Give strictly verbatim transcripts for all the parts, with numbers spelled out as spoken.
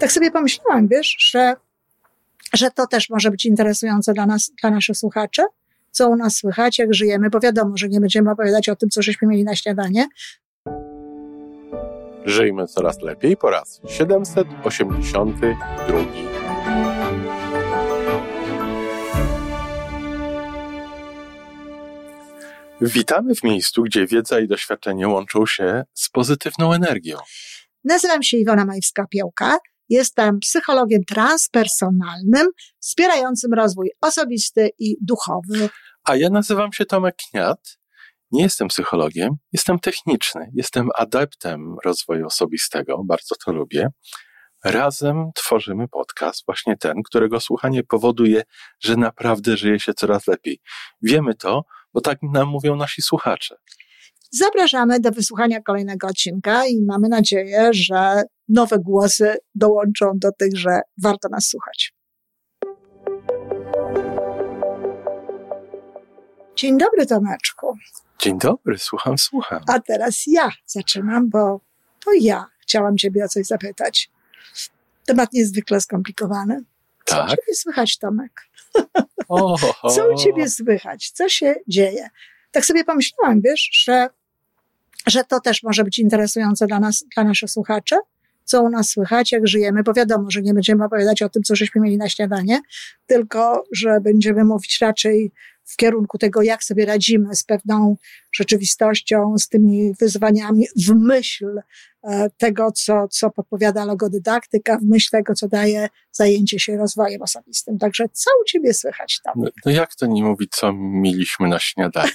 tak sobie pomyślałam, wiesz, że, że to też może być interesujące dla nas, dla naszych słuchaczy, co u nas słychać, jak żyjemy, bo wiadomo, że nie będziemy opowiadać o tym, co żeśmy mieli na śniadanie. Żyjmy coraz lepiej po raz siedemset osiemdziesiąty drugi. Witamy w miejscu, gdzie wiedza i doświadczenie łączą się z pozytywną energią. Nazywam się Iwona Majewska-Piołka. Jestem psychologiem transpersonalnym, wspierającym rozwój osobisty i duchowy. A ja nazywam się Tomek Kniat. Nie jestem psychologiem, jestem techniczny, jestem adeptem rozwoju osobistego, bardzo to lubię. Razem tworzymy podcast, właśnie ten, którego słuchanie powoduje, że naprawdę żyje się coraz lepiej. Wiemy to, bo tak nam mówią nasi słuchacze. Zapraszamy do wysłuchania kolejnego odcinka i mamy nadzieję, że nowe głosy dołączą do tych, że warto nas słuchać. Dzień dobry, Tomeczku. Dzień dobry, słucham, słucham. A teraz ja zaczynam, bo to ja chciałam ciebie o coś zapytać. Temat niezwykle skomplikowany. Co Tak? u ciebie słychać, Tomek? Oho. Co u ciebie słychać? Co się dzieje? Tak sobie pomyślałam, wiesz, że, że to też może być interesujące dla nas, dla naszych słuchaczy, co u nas słychać, jak żyjemy, bo wiadomo, że nie będziemy opowiadać o tym, co żeśmy mieli na śniadanie, tylko że będziemy mówić raczej w kierunku tego, jak sobie radzimy z pewną rzeczywistością, z tymi wyzwaniami w myśl tego, co, co podpowiada logodydaktyka, w myśl tego, co daje zajęcie się rozwojem osobistym. Także co u ciebie słychać tam? No, no jak to nie mówić, co mieliśmy na śniadanie?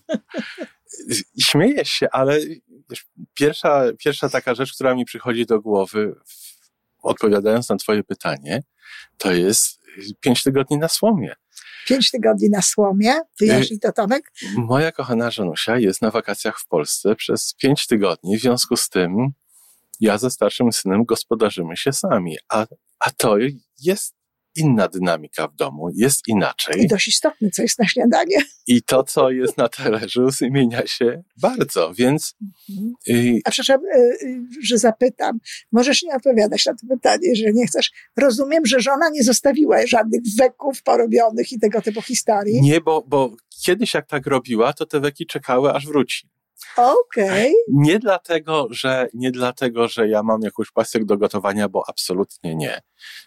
Śmieję się, ale wiesz, pierwsza, pierwsza taka rzecz, która mi przychodzi do głowy, odpowiadając na twoje pytanie, to jest pięć tygodni na słomie. Pięć tygodni na słomie? Wyjaśnij to, Tomek. Moja kochana żonusia jest na wakacjach w Polsce przez pięć tygodni, w związku z tym ja ze starszym synem gospodarzymy się sami, a, a to jest inna dynamika w domu, jest inaczej. I dość istotne, co jest na śniadanie. I to, co jest na talerzu, zmienia się bardzo, więc... Mhm. Y- a przepraszam, y- y- że zapytam. Możesz nie odpowiadać na to pytanie, jeżeli nie chcesz. Rozumiem, że żona nie zostawiła żadnych weków porobionych i tego typu historii. Nie, bo, bo kiedyś jak tak robiła, to te weki czekały, aż wróci. Okej. Okay. Nie dlatego, że, nie dlatego, że ja mam jakąś pasję do gotowania, bo absolutnie nie.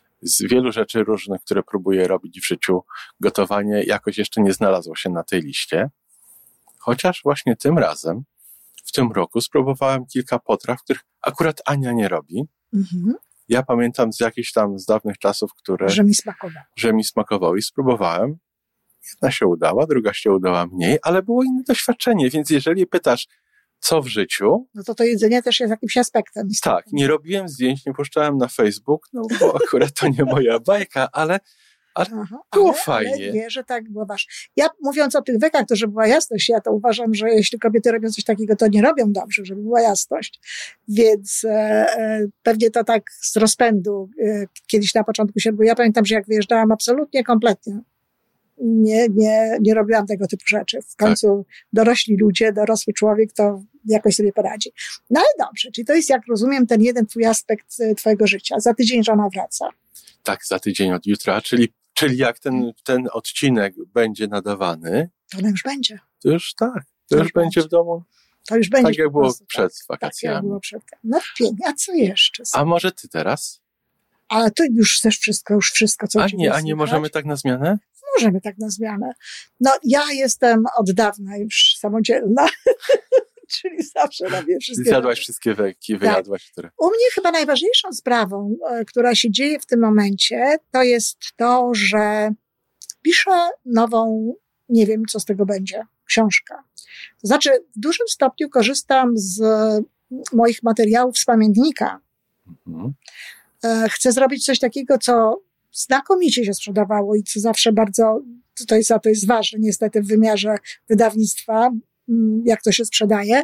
Z wielu rzeczy różnych, które próbuję robić w życiu, gotowanie jakoś jeszcze nie znalazło się na tej liście. Chociaż właśnie tym razem, w tym roku, spróbowałem kilka potraw, których akurat Ania nie robi. Mhm. Ja pamiętam z jakichś tam z dawnych czasów, które... Że mi smakowało. Że mi smakowało i spróbowałem. Jedna się udała, druga się udała mniej, ale było inne doświadczenie, więc jeżeli pytasz, co w życiu... No to to jedzenie też jest jakimś aspektem. Tak, nie robiłem zdjęć, nie puszczałem na Facebook, no bo akurat to nie moja bajka, ale, ale Aha, było ale, fajnie. Ale nie, że tak było wasz. Ja mówiąc o tych wekach, to żeby była jasność, ja to uważam, że jeśli kobiety robią coś takiego, to nie robią dobrze, żeby była jasność. Więc e, e, pewnie to tak z rozpędu e, kiedyś na początku się było. Ja pamiętam, że jak wyjeżdżałam absolutnie, kompletnie nie, nie, nie robiłam tego typu rzeczy. W końcu tak. Dorośli ludzie, dorosły człowiek to jakoś sobie poradzi. No ale dobrze, czyli to jest, jak rozumiem, ten jeden twój aspekt twojego życia. Za tydzień żona wraca. Tak, za tydzień od jutra, czyli, czyli jak ten, ten odcinek będzie nadawany. To on już będzie. To już tak, to, to już, już będzie w domu. To już będzie. Tak jak było prostu, przed tak, wakacjami. Tak jak było przed. No pięknie, a co jeszcze? A może ty teraz? Ale to już chcesz wszystko, już wszystko, co A nie, a nie możemy tak na zmianę? Możemy tak na zmianę. No ja jestem od dawna już samodzielna, czyli zawsze robię wszystkie. Zjadłaś rzeczy. Wszystkie weki, wyjadłaś. Tak. Które... U mnie chyba najważniejszą sprawą, która się dzieje w tym momencie, to jest to, że piszę nową, nie wiem co z tego będzie, książkę. To znaczy w dużym stopniu korzystam z moich materiałów z pamiętnika. Mhm. Chcę zrobić coś takiego, co znakomicie się sprzedawało i co zawsze bardzo, to jest, to jest ważne niestety w wymiarze wydawnictwa, jak to się sprzedaje.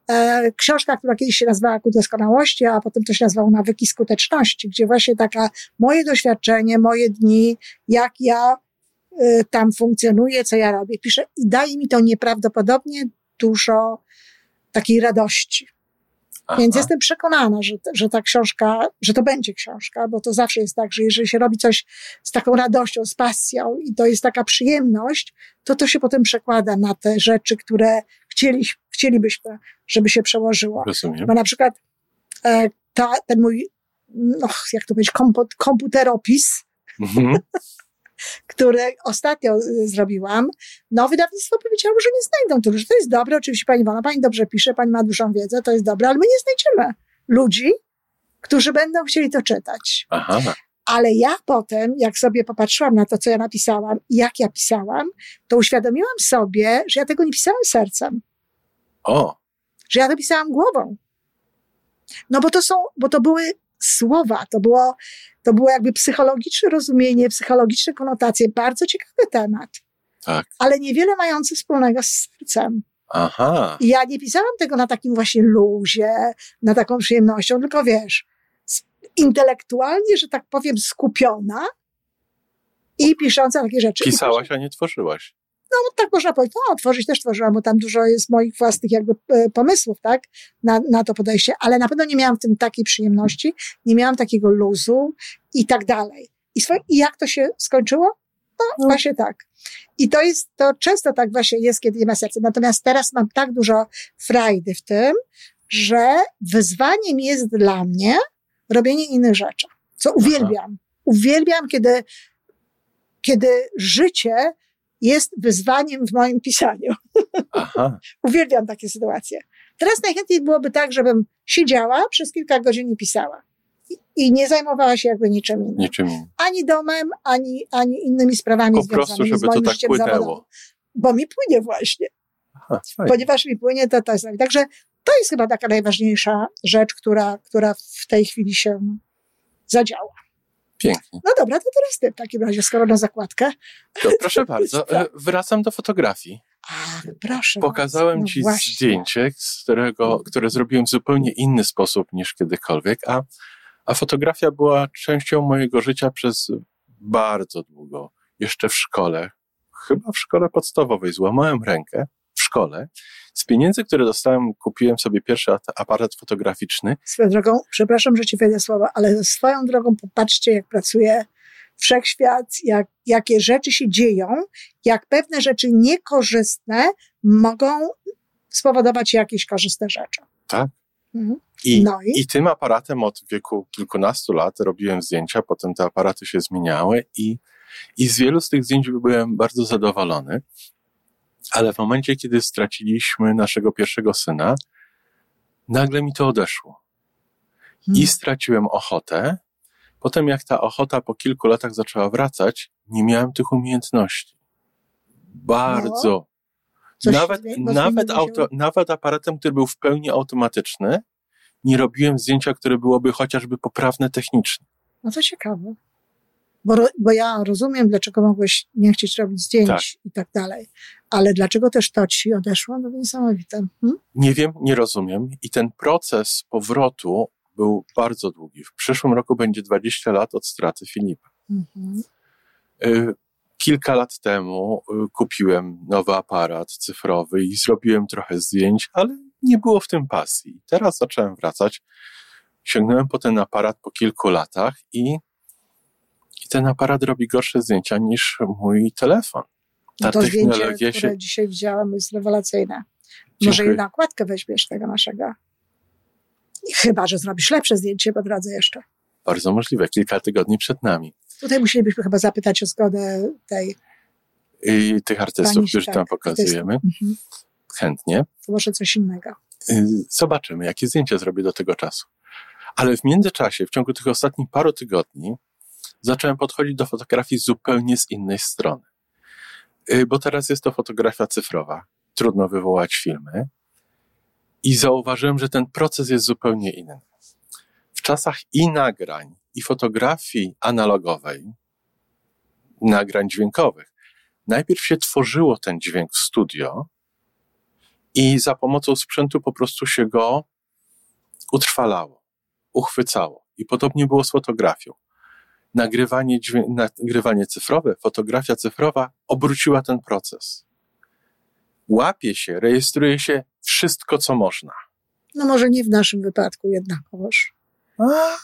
Książka, która kiedyś się nazywała Ku doskonałości, a potem to się nazywało Nawyki skuteczności, gdzie właśnie taka moje doświadczenie, moje dni, jak ja tam funkcjonuję, co ja robię, piszę i daje mi to nieprawdopodobnie dużo takiej radości. Aha. Więc jestem przekonana, że, że ta książka, że to będzie książka, bo to zawsze jest tak, że jeżeli się robi coś z taką radością, z pasją i to jest taka przyjemność, to to się potem przekłada na te rzeczy, które chcieli, chcielibyśmy, żeby się przełożyło. Rozumiem. Bo na przykład e, ta, ten mój, no, jak to powiedzieć, komput, komputeropis, mhm. który ostatnio zrobiłam, no wydawnictwo powiedziało, że nie znajdą tylu, że to jest dobre, oczywiście pani Iwona, pani dobrze pisze, pani ma dużą wiedzę, to jest dobre, ale my nie znajdziemy ludzi, którzy będą chcieli to czytać. Aha. Ale ja potem, jak sobie popatrzyłam na to, co ja napisałam i jak ja pisałam, to uświadomiłam sobie, że ja tego nie pisałam sercem. O. Że ja to pisałam głową. No bo to są, bo to były słowa, to było, to było jakby psychologiczne rozumienie, psychologiczne konotacje, bardzo ciekawy temat. Tak. Ale niewiele mający wspólnego z sercem. Aha. I ja nie pisałam tego na takim właśnie luzie, na taką przyjemnością, tylko wiesz, intelektualnie, że tak powiem, skupiona i pisząca takie rzeczy. Pisałaś, a nie tworzyłaś. No tak można powiedzieć, no tworzyć też tworzyłam, bo tam dużo jest moich własnych jakby pomysłów, tak, na, na to podejście, ale na pewno nie miałam w tym takiej przyjemności, nie miałam takiego luzu i tak dalej. I, swoje, i jak to się skończyło? No, no właśnie tak. I to jest, to często tak właśnie jest, kiedy nie ma serca. Natomiast teraz mam tak dużo frajdy w tym, że wyzwaniem jest dla mnie robienie innych rzeczy, co uwielbiam. Aha. Uwielbiam, kiedy, kiedy życie jest wyzwaniem w moim pisaniu. Aha. Uwielbiam takie sytuacje. Teraz najchętniej byłoby tak, żebym siedziała przez kilka godzin i pisała. I, i nie zajmowała się jakby niczym innym. Niczym innym. Ani domem, ani, ani innymi sprawami po związanymi prostu, żeby z moim to tak życiem płynęło. zawodowym. Bo mi płynie właśnie. Aha, Ponieważ mi płynie, to to jest. Także to jest chyba taka najważniejsza rzecz, która, która w tej chwili się zadziała. Pięknie. No dobra, to teraz ty w takim razie, skoro na zakładkę. To proszę bardzo, wracam do fotografii. A, proszę. Pokazałem no ci właśnie. zdjęcie, z którego, które zrobiłem w zupełnie inny sposób niż kiedykolwiek, a, a fotografia była częścią mojego życia przez bardzo długo. Jeszcze w szkole, chyba w szkole podstawowej, złamałem rękę w szkole. Z pieniędzy, które dostałem, kupiłem sobie pierwszy aparat fotograficzny. Swoją drogą, przepraszam, że ci wejdę słowa, ale swoją drogą popatrzcie, jak pracuje wszechświat, jak, jakie rzeczy się dzieją, jak pewne rzeczy niekorzystne mogą spowodować jakieś korzystne rzeczy. Tak. Mhm. I, no i? I tym aparatem od wieku kilkunastu lat robiłem zdjęcia, potem te aparaty się zmieniały i, i z wielu z tych zdjęć byłem bardzo zadowolony. Ale w momencie, kiedy straciliśmy naszego pierwszego syna, nagle mi to odeszło. Hmm. I straciłem ochotę. Potem jak ta ochota po kilku latach zaczęła wracać, nie miałem tych umiejętności. Bardzo. No. Nawet, nawet, auto, nawet aparatem, który był w pełni automatyczny, nie robiłem zdjęcia, które byłoby chociażby poprawne technicznie. No to ciekawe. Bo, bo ja rozumiem, dlaczego mogłeś nie chcieć robić zdjęć tak. i tak dalej. Ale dlaczego też to ci odeszło? No to niesamowite. Hmm? Nie wiem, nie rozumiem. I ten proces powrotu był bardzo długi. W przyszłym roku będzie dwadzieścia lat od straty Filipa. Mhm. Kilka lat temu kupiłem nowy aparat cyfrowy i zrobiłem trochę zdjęć, ale nie było w tym pasji. Teraz zacząłem wracać. Sięgnąłem po ten aparat po kilku latach i I ten aparat robi gorsze zdjęcia niż mój telefon. Ta no to zdjęcie, które się... dzisiaj widziałam, jest rewelacyjne. Może jedną okładkę weźmiesz tego naszego. Chyba, że zrobisz lepsze zdjęcie po drodze jeszcze. Bardzo możliwe. Kilka tygodni przed nami. Tutaj musielibyśmy chyba zapytać o zgodę tej... I tych artystów, Pani, którzy tak, tam pokazujemy. Mhm. Chętnie. To może coś innego. Zobaczymy, jakie zdjęcia zrobię do tego czasu. Ale w międzyczasie, w ciągu tych ostatnich paru tygodni, zacząłem podchodzić do fotografii zupełnie z innej strony. Bo teraz jest to fotografia cyfrowa. Trudno wywołać filmy. I zauważyłem, że ten proces jest zupełnie inny. W czasach i nagrań, i fotografii analogowej, nagrań dźwiękowych, najpierw się tworzyło ten dźwięk w studio i za pomocą sprzętu po prostu się go utrwalało, uchwycało. I podobnie było z fotografią. Nagrywanie, dźwię- nagrywanie cyfrowe, fotografia cyfrowa obróciła ten proces. Łapie się, rejestruje się wszystko, co można. No może nie w naszym wypadku jednakowoż. A,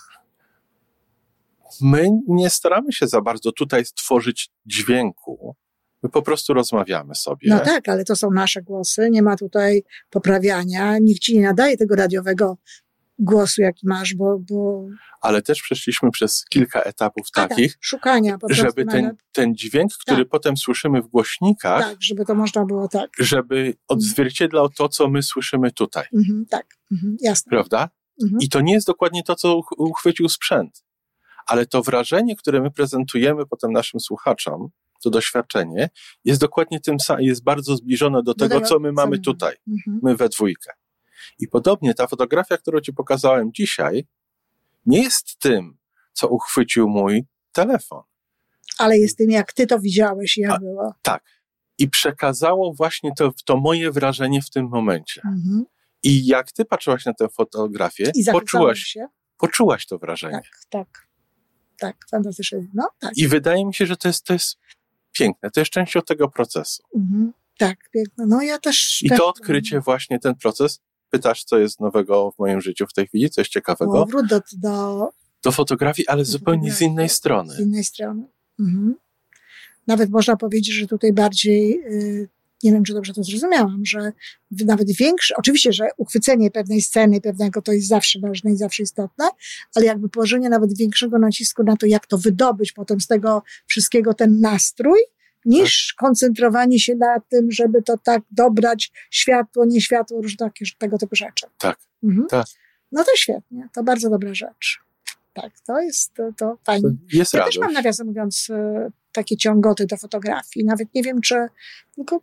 my nie staramy się za bardzo tutaj stworzyć dźwięku. My po prostu rozmawiamy sobie. No tak, ale to są nasze głosy, nie ma tutaj poprawiania, nikt ci nie nadaje tego radiowego głosu, jaki masz, bo... bo... Ale też przeszliśmy przez kilka etapów A takich, tak, szukania po prostu żeby ten, ten dźwięk, który tak. potem słyszymy w głośnikach, Tak, żeby to można było tak. żeby odzwierciedlał to, co my słyszymy tutaj. Mhm, tak, mhm, jasne. Prawda? Mhm. I to nie jest dokładnie to, co uchwycił sprzęt. Ale to wrażenie, które my prezentujemy potem naszym słuchaczom, to doświadczenie, jest dokładnie tym samym, jest bardzo zbliżone do, do tego, tego, co my co mamy my. tutaj. Mhm. My we dwójkę. I podobnie ta fotografia, którą ci pokazałem dzisiaj, nie jest tym, co uchwycił mój telefon. Ale jest tym, jak ty to widziałeś i jak A, było. Tak. I przekazało właśnie to, to moje wrażenie w tym momencie. Mhm. I jak ty patrzyłaś na tę fotografię, I poczułaś, się. poczułaś to wrażenie. Tak, tak. Tak, fantastycznie. No, tak. I wydaje mi się, że to jest, to jest piękne. To jest częścią tego procesu. Mhm. Tak, piękne. No ja też... I też, to odkrycie, właśnie ten proces. Pytasz, co jest nowego w moim życiu w tej chwili, coś ciekawego? Powrót do, do, do fotografii, ale do zupełnie fotografii, z innej strony. Z innej strony. Mhm. Nawet można powiedzieć, że tutaj bardziej, yy, nie wiem, czy dobrze to zrozumiałam, że nawet większe, oczywiście, że uchwycenie pewnej sceny, pewnego to jest zawsze ważne i zawsze istotne, ale jakby położenie nawet większego nacisku na to, jak to wydobyć potem z tego wszystkiego ten nastrój, niż tak. koncentrowanie się na tym, żeby to tak dobrać światło, nie światło, różne takie, tego typu rzeczy. Tak, mhm. tak. No to świetnie, to bardzo dobra rzecz. Tak, to jest to, to fajnie. To jest ja radość. też mam, nawiasem mówiąc, takie ciągoty do fotografii. Nawet nie wiem, czy tylko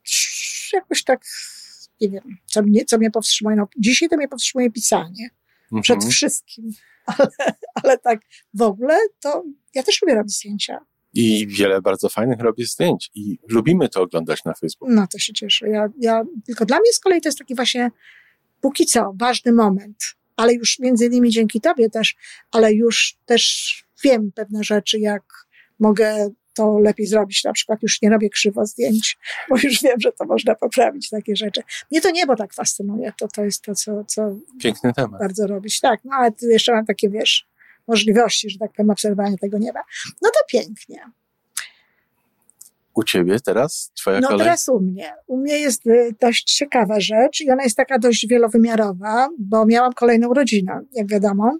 jakoś tak, nie wiem, co mnie, co mnie powstrzymuje. No, dzisiaj to mnie powstrzymuje pisanie. Mhm. Przed wszystkim. Ale, ale tak w ogóle to ja też lubię robić zdjęcia. I wiele bardzo fajnych robi zdjęć. I lubimy to oglądać na Facebooku. No to się cieszę. Ja, ja, tylko dla mnie z kolei to jest taki właśnie póki co ważny moment. Ale już między innymi dzięki tobie też, ale już też wiem pewne rzeczy, jak mogę to lepiej zrobić. Na przykład już nie robię krzywo zdjęć, bo już wiem, że to można poprawić, takie rzeczy. Mnie to niebo tak fascynuje. To, to jest to, co, co piękny temat. Bardzo robić. Tak, no ale tu jeszcze mam takie, wiesz, możliwości, że tak powiem, obserwowania tego nieba. No to pięknie. U ciebie teraz? Twoja no kolej? teraz u mnie. U mnie jest dość ciekawa rzecz i ona jest taka dość wielowymiarowa, bo miałam kolejną rodzinę, jak wiadomo.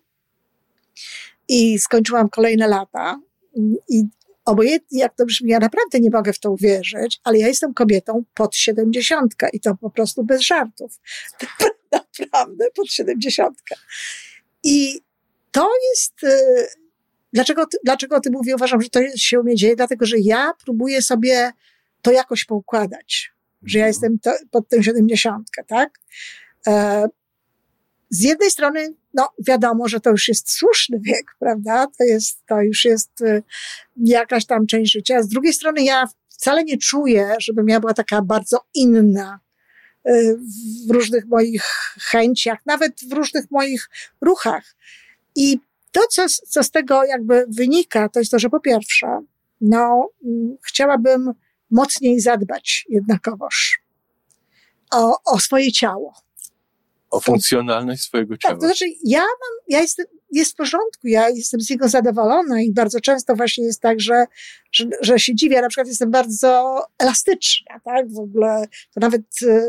I skończyłam kolejne lata. I obojętnie jak to brzmi, ja naprawdę nie mogę w to uwierzyć, ale ja jestem kobietą pod siedemdziesiątkę i to po prostu bez żartów. Naprawdę pod siedemdziesiątkę. I to jest... Dlaczego, dlaczego o tym mówię? Uważam, że to się u mnie dzieje, dlatego, że ja próbuję sobie to jakoś poukładać, że ja jestem to, pod tę siedemdziesiątkę, tak? E, z jednej strony, no wiadomo, że to już jest słuszny wiek, prawda? To jest, to już jest y, jakaś tam część życia. Z drugiej strony ja wcale nie czuję, żebym ja była taka bardzo inna y, w różnych moich chęciach, nawet w różnych moich ruchach. I to, co, co z tego jakby wynika, to jest to, że po pierwsze, no, chciałabym mocniej zadbać jednakowoż o, o swoje ciało. O funkcjonalność swojego ciała. Tak, to znaczy ja mam, ja jestem, jest w porządku, ja jestem z niego zadowolona i bardzo często właśnie jest tak, że, że, że się dziwię, na przykład jestem bardzo elastyczna, tak, w ogóle, to nawet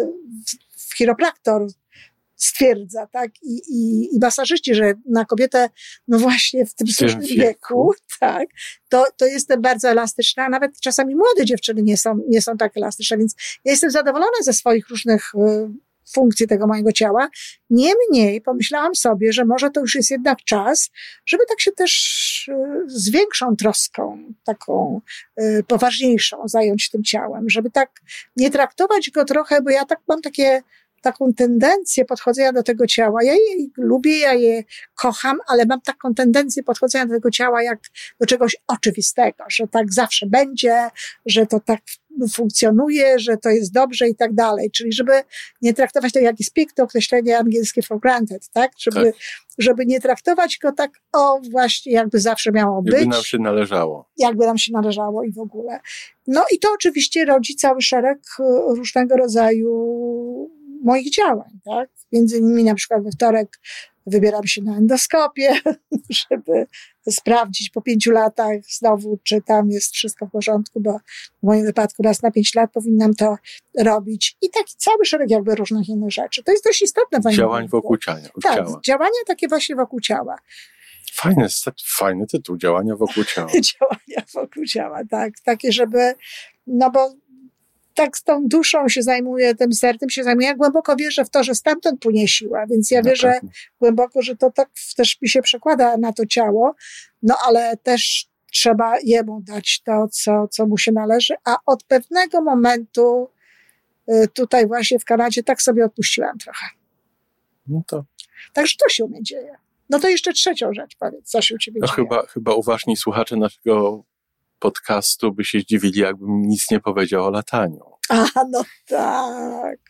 w chiropraktor stwierdza, tak, i, i, i masażyści, że na kobietę, no właśnie w tym słusznym wieku, wieku, tak, to, to jestem bardzo elastyczna, a nawet czasami młode dziewczyny nie są, nie są tak elastyczne, więc ja jestem zadowolona ze swoich różnych y, funkcji tego mojego ciała. Niemniej pomyślałam sobie, że może to już jest jednak czas, żeby tak się też y, z większą troską, taką y, poważniejszą zająć tym ciałem, żeby tak nie traktować go trochę, bo ja tak mam takie taką tendencję podchodzenia do tego ciała. Ja je lubię, ja je kocham, ale mam taką tendencję podchodzenia do tego ciała jak do czegoś oczywistego, że tak zawsze będzie, że to tak funkcjonuje, że to jest dobrze i tak dalej. Czyli żeby nie traktować tego, jak jest piękne określenie angielskie for granted, tak? Żeby, tak. żeby nie traktować go tak, o właśnie jakby zawsze miało być. Jakby nam się należało. Jakby nam się należało i w ogóle. No i to oczywiście rodzi cały szereg różnego rodzaju moich działań, tak? Między innymi na przykład we wtorek wybieram się na endoskopię, żeby sprawdzić po pięciu latach znowu, czy tam jest wszystko w porządku, bo w moim wypadku raz na pięć lat powinnam to robić. I taki cały szereg jakby różnych innych rzeczy. To jest dość istotne. Działań wokół ciała. Tak, ciała. działania takie właśnie wokół ciała. Fajny, fajny tytuł, działania wokół ciała. Działania wokół ciała, tak. Takie, żeby, no bo tak z tą duszą się zajmuję, tym sercem się zajmuję. Ja głęboko wierzę w to, że stamtąd płynie siła, więc ja wierzę pewno. głęboko, że to tak też mi się przekłada na to ciało, no ale też trzeba jemu dać to, co, co mu się należy, a od pewnego momentu tutaj właśnie w Kanadzie tak sobie odpuściłam trochę. No to. Także to się u mnie dzieje. No to jeszcze trzecią rzecz powiedz, co się u ciebie no dzieje. Chyba, chyba uważni słuchacze naszego podcastu by się zdziwili, jakbym nic nie powiedział o lataniu. A, no tak.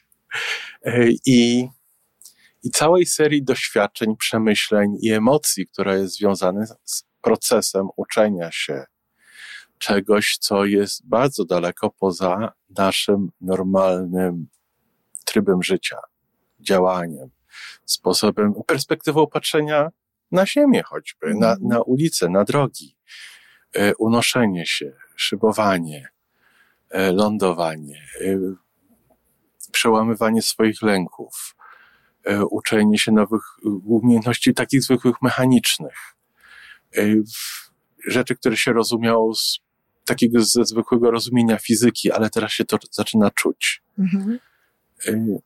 I, i całej serii doświadczeń, przemyśleń i emocji, która jest związana z procesem uczenia się czegoś, co jest bardzo daleko poza naszym normalnym trybem życia, działaniem, sposobem, perspektywą patrzenia na ziemię choćby, na, na ulicę, na drogi, e, unoszenie się, szybowanie, e, lądowanie, e, przełamywanie swoich lęków, e, uczenie się nowych umiejętności takich zwykłych mechanicznych, e, rzeczy, które się rozumiało z takiego ze zwykłego rozumienia fizyki, ale teraz się to zaczyna czuć. Mhm. E,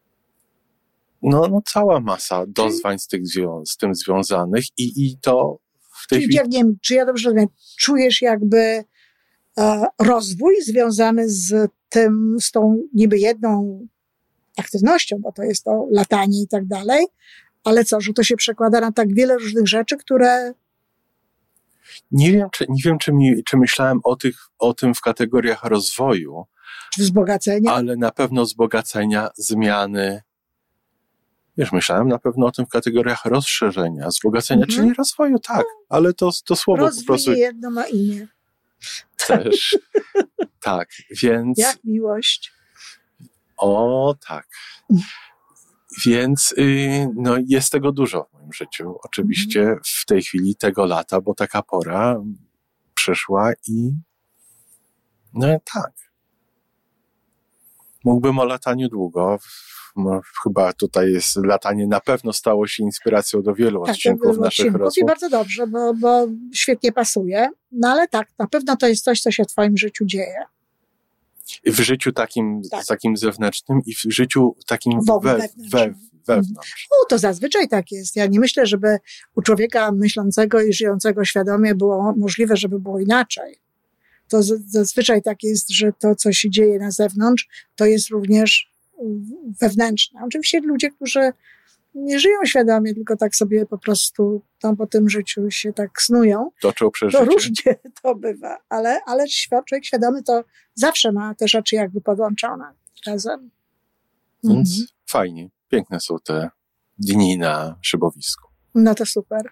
No, no cała masa dozwań z, tych, z tym związanych i, i to w tej Czyli chwili... Ja nie wiem, czy ja dobrze rozumiem, czujesz jakby e, rozwój związany z tym, z tą niby jedną aktywnością, bo to jest to latanie i tak dalej, ale co, że to się przekłada na tak wiele różnych rzeczy, które... Nie wiem, czy, nie wiem, czy, mi, czy myślałem o, tych, o tym w kategoriach rozwoju. Czy wzbogacenia? Ale na pewno wzbogacenia, zmiany. Wiesz, myślałem na pewno o tym w kategoriach rozszerzenia, wzbogacenia, mhm. czyli rozwoju, tak, ale to, to słowo rozwój po prostu... nie jedno ma imię. Też, tak, więc... Jak miłość. O, tak. Więc y, no, jest tego dużo w moim życiu. Oczywiście mhm. w tej chwili tego lata, bo taka pora przyszła i no tak. Mógłbym o lataniu długo. No, chyba tutaj jest latanie na pewno stało się inspiracją do wielu tak, odcinków naszych rozmów. I bardzo dobrze, bo, bo świetnie pasuje. No ale tak, na pewno to jest coś, co się w twoim życiu dzieje. W życiu takim, tak. takim zewnętrznym i w życiu takim we, wewnętrznym. We, wewnątrz. O, to zazwyczaj tak jest. Ja nie myślę, żeby u człowieka myślącego i żyjącego świadomie było możliwe, żeby było inaczej. To z, zazwyczaj tak jest, że to, co się dzieje na zewnątrz, to jest również wewnętrzne. Oczywiście ludzie, którzy nie żyją świadomie, tylko tak sobie po prostu tam po tym życiu się tak snują. Toczą przeżycie. To różnie to bywa, ale, ale człowiek świadomy to zawsze ma te rzeczy jakby podłączone razem. Więc mhm. fajnie, piękne są te dni na szybowisku. No to super.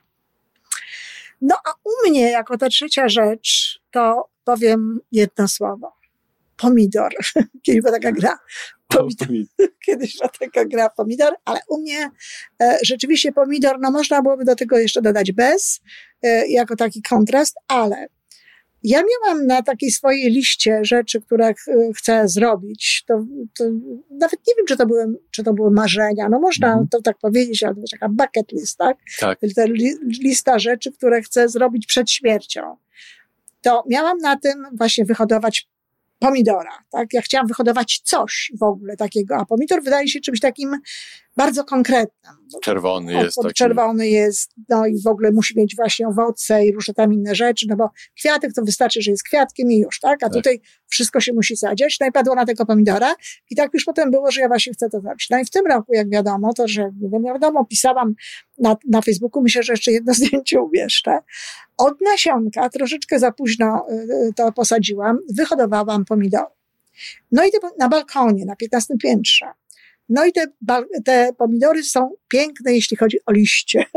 No a u mnie jako ta trzecia rzecz, to powiem jedno słowo. Pomidor. Kiedyś była taka gra. Pomidor. Kiedyś była taka gra pomidor, ale u mnie e, rzeczywiście pomidor, no można byłoby do tego jeszcze dodać bez, e, jako taki kontrast, ale ja miałam na takiej swojej liście rzeczy, które ch- chcę zrobić. To, to nawet nie wiem, czy to były, czy to były marzenia. No można mm. to tak powiedzieć, ale to jest taka bucket list, tak? Tak. To li- lista rzeczy, które chcę zrobić przed śmiercią. To miałam na tym właśnie wyhodować pomidora, tak? Ja chciałam wyhodować coś w ogóle takiego, a pomidor wydaje się czymś takim bardzo konkretnym. Czerwony o, jest taki. Czerwony jest, no i w ogóle musi mieć właśnie owoce i różne tam inne rzeczy, no bo kwiatek to wystarczy, że jest kwiatkiem i już, tak? A tak. Tutaj wszystko się musi sadziać. No i padło na tego pomidora i tak już potem było, że ja właśnie chcę to zrobić. No i w tym roku, jak wiadomo, to, że nie wiem, wiadomo, pisałam na, na Facebooku, myślę, że jeszcze jedno zdjęcie umieszczę. Od nasionka, troszeczkę za późno y, to posadziłam, wyhodowałam pomidory. No i te, na balkonie, na piętnastym piętrze. No i te, te pomidory są piękne, jeśli chodzi o liście.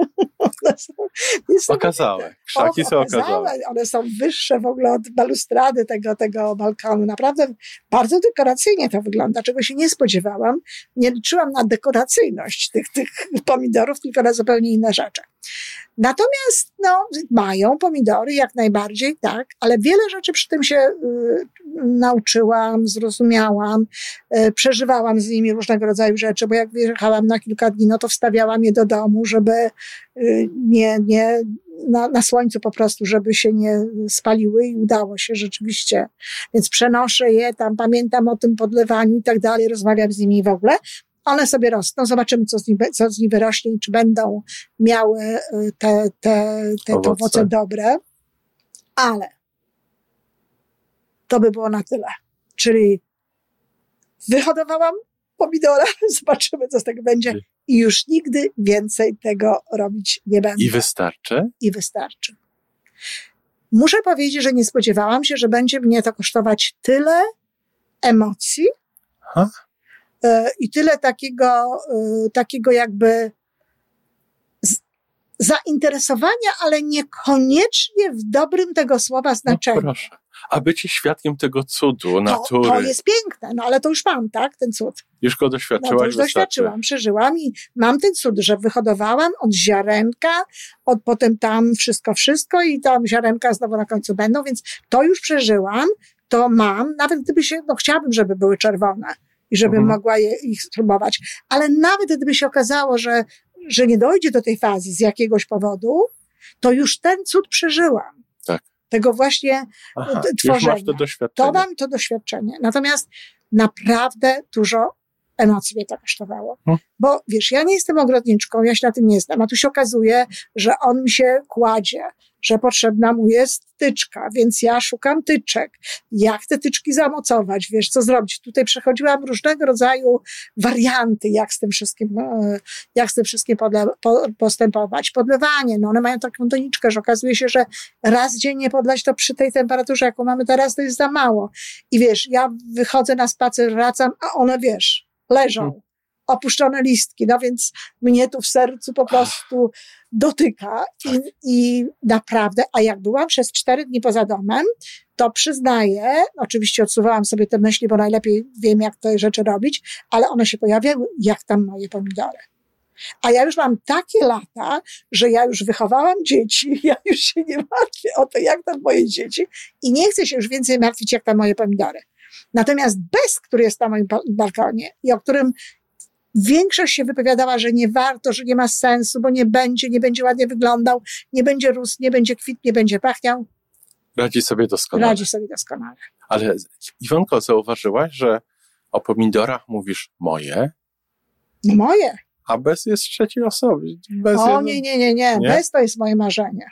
One są okazałe. Krzaki są okazałe. One są wyższe w ogóle od balustrady tego, tego balkonu. Naprawdę bardzo dekoracyjnie to wygląda, czego się nie spodziewałam. Nie liczyłam na dekoracyjność tych, tych pomidorów, tylko na zupełnie inne rzeczy. Natomiast, no, mają pomidory jak najbardziej, tak, ale wiele rzeczy przy tym się y, nauczyłam, zrozumiałam, y, przeżywałam z nimi różnego rodzaju rzeczy, bo jak wyjechałam na kilka dni, no to wstawiałam je do domu, żeby y, nie, nie, na, na słońcu po prostu, żeby się nie spaliły i udało się rzeczywiście. Więc przenoszę je tam, pamiętam o tym podlewaniu i tak dalej, rozmawiam z nimi w ogóle. One sobie rosną, zobaczymy, co z nich, co z nich wyrośnie i czy będą miały te, te, te owoce. owoce dobre. Ale to by było na tyle. Czyli wyhodowałam pomidora, zobaczymy, co z tego będzie i już nigdy więcej tego robić nie będę. I wystarczy? I wystarczy. Muszę powiedzieć, że nie spodziewałam się, że będzie mnie to kosztować tyle emocji, ha? I tyle takiego, takiego jakby zainteresowania, ale niekoniecznie w dobrym tego słowa znaczeniu. No proszę. A bycie świadkiem tego cudu natury. To, to jest piękne, no ale to już mam, tak, ten cud. Już go doświadczyłaś? No to już doświadczyłam, przeżyłam i mam ten cud, że wyhodowałam od ziarenka, od potem tam wszystko, wszystko i tam ziarenka znowu na końcu będą, więc to już przeżyłam, to mam, nawet gdyby się, no chciałabym, żeby były czerwone. I żebym mhm. mogła je, ich spróbować. Ale nawet gdyby się okazało, że, że nie dojdzie do tej fazy z jakiegoś powodu, to już ten cud przeżyłam. Tak. Tego właśnie Aha, tworzenia. Już masz to doświadczenie. To mam to doświadczenie. Natomiast naprawdę dużo emocji mnie to kosztowało. Hmm. Bo wiesz, ja nie jestem ogrodniczką, ja się na tym nie znam, a tu się okazuje, że on mi się kładzie, że potrzebna mu jest tyczka, więc ja szukam tyczek. Jak te tyczki zamocować, wiesz, co zrobić? Tutaj przechodziłam różnego rodzaju warianty, jak z tym wszystkim, jak z tym wszystkim podle, po, postępować. Podlewanie, no one mają taką doniczkę, że okazuje się, że raz dziennie podlać to przy tej temperaturze, jaką mamy teraz, to jest za mało. I wiesz, ja wychodzę na spacer, wracam, a one, wiesz, leżą. Hmm. Opuszczone listki, no więc mnie tu w sercu po prostu dotyka i, i naprawdę, a jak byłam przez cztery dni poza domem, to przyznaję, oczywiście odsuwałam sobie te myśli, bo najlepiej wiem, jak te rzeczy robić, ale one się pojawiały, jak tam moje pomidory. A ja już mam takie lata, że ja już wychowałam dzieci, ja już się nie martwię o to, jak tam moje dzieci i nie chcę się już więcej martwić, jak tam moje pomidory. Natomiast bez, który jest na moim balkonie i o którym większość się wypowiadała, że nie warto, że nie ma sensu, bo nie będzie, nie będzie ładnie wyglądał, nie będzie rósł, nie będzie kwitł, nie będzie pachniał. Radzi sobie doskonale. Radzi sobie doskonale. Ale Iwonko, zauważyłaś, że o pomidorach mówisz moje? No moje. A bez jest trzeciej osoby. Bez o jedno... nie, nie, nie, nie, nie. Bez to jest moje marzenie.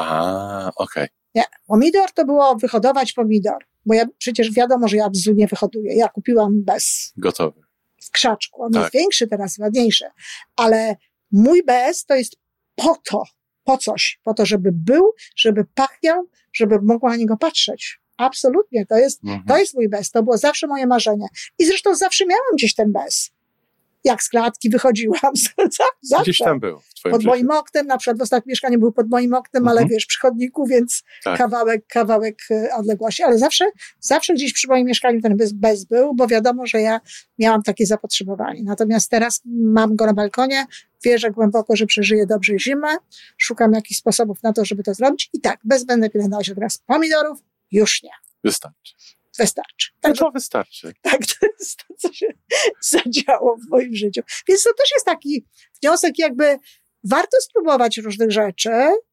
A, okej. Okay. Nie, pomidor to było wyhodować pomidor, bo ja przecież wiadomo, że ja bzu nie wyhoduję. Ja kupiłam bez. Gotowy. W krzaczku. On tak. jest większy teraz, ładniejszy. Ale mój bez to jest po to, po coś, po to, żeby był, żeby pachniał, żeby mogła na niego patrzeć. Absolutnie. To jest, mhm. to jest mój bez. To było zawsze moje marzenie. I zresztą zawsze miałam gdzieś ten bez. Jak z klatki wychodziłam. Zawsze. Gdzieś tam był w twoim Pod życiu. moim oknem, na przykład w ostatnim mieszkaniu był pod moim oknem, mhm. ale wiesz, przy chodniku, więc tak. kawałek, kawałek odległości. Ale zawsze, zawsze gdzieś przy moim mieszkaniu ten bez, bez był, bo wiadomo, że ja miałam takie zapotrzebowanie. Natomiast teraz mam go na balkonie, wierzę głęboko, że przeżyję dobrze zimę, szukam jakichś sposobów na to, żeby to zrobić i tak, bez będę pielęgnować od razu pomidorów, już nie. Wystarczy. Wystarczy. Tak, to wystarczy. Tak, to jest to, co się zadziało w moim życiu. Więc to też jest taki wniosek, jakby warto spróbować różnych rzeczy,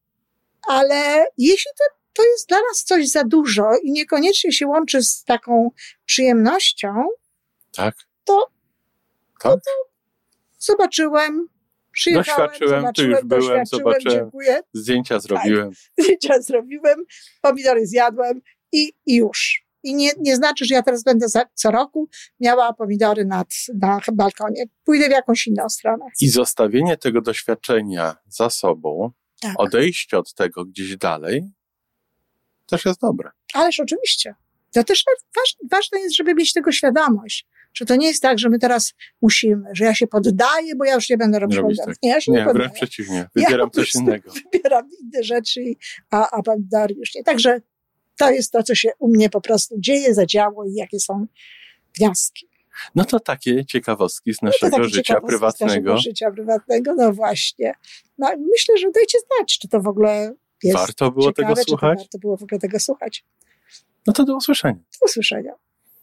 ale jeśli to, to jest dla nas coś za dużo i niekoniecznie się łączy z taką przyjemnością, tak. to, tak? to, to zobaczyłem, przyjechałem, doświadczyłem, zobaczyłem, tu już byłem, zobaczyłem, dziękuję. Zdjęcia zrobiłem. Tak, zdjęcia zrobiłem, pomidory zjadłem i, i już. I nie, nie znaczy, że ja teraz będę za, co roku miała pomidory nad, na balkonie. Pójdę w jakąś inną stronę. I zostawienie tego doświadczenia za sobą, tak. odejście od tego gdzieś dalej, też jest dobre. Ależ oczywiście. To też waż, ważne jest, żeby mieć tego świadomość, Że to nie jest tak, że my teraz musimy, że ja się poddaję, bo ja już nie będę robić folderów. Tak. Nie, ja się nie, nie poddaję. wręcz przeciwnie. Wybieram ja coś innego. Wybieram inne rzeczy, a, a pan Dariusz nie. Także to jest to, co się u mnie po prostu dzieje, zadziało i jakie są wnioski. No to takie ciekawostki z naszego no życia prywatnego. Z naszego życia prywatnego, no właśnie. No, myślę, że dajcie znać, czy to w ogóle jest warto było ciekawe, tego słuchać? Czy to warto było w ogóle tego słuchać. No to do usłyszenia. Do usłyszenia.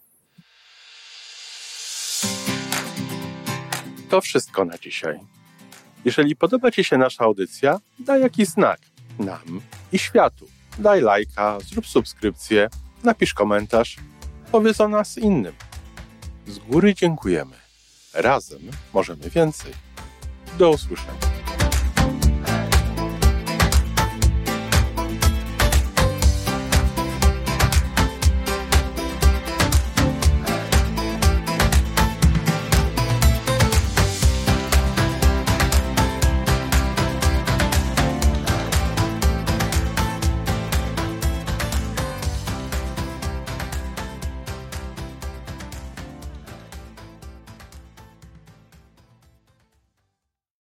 To wszystko na dzisiaj. Jeżeli podoba Ci się nasza audycja, daj jakiś znak nam i światu. Daj lajka, zrób subskrypcję, napisz komentarz, powiedz o nas innym. Z góry dziękujemy. Razem możemy więcej. Do usłyszenia.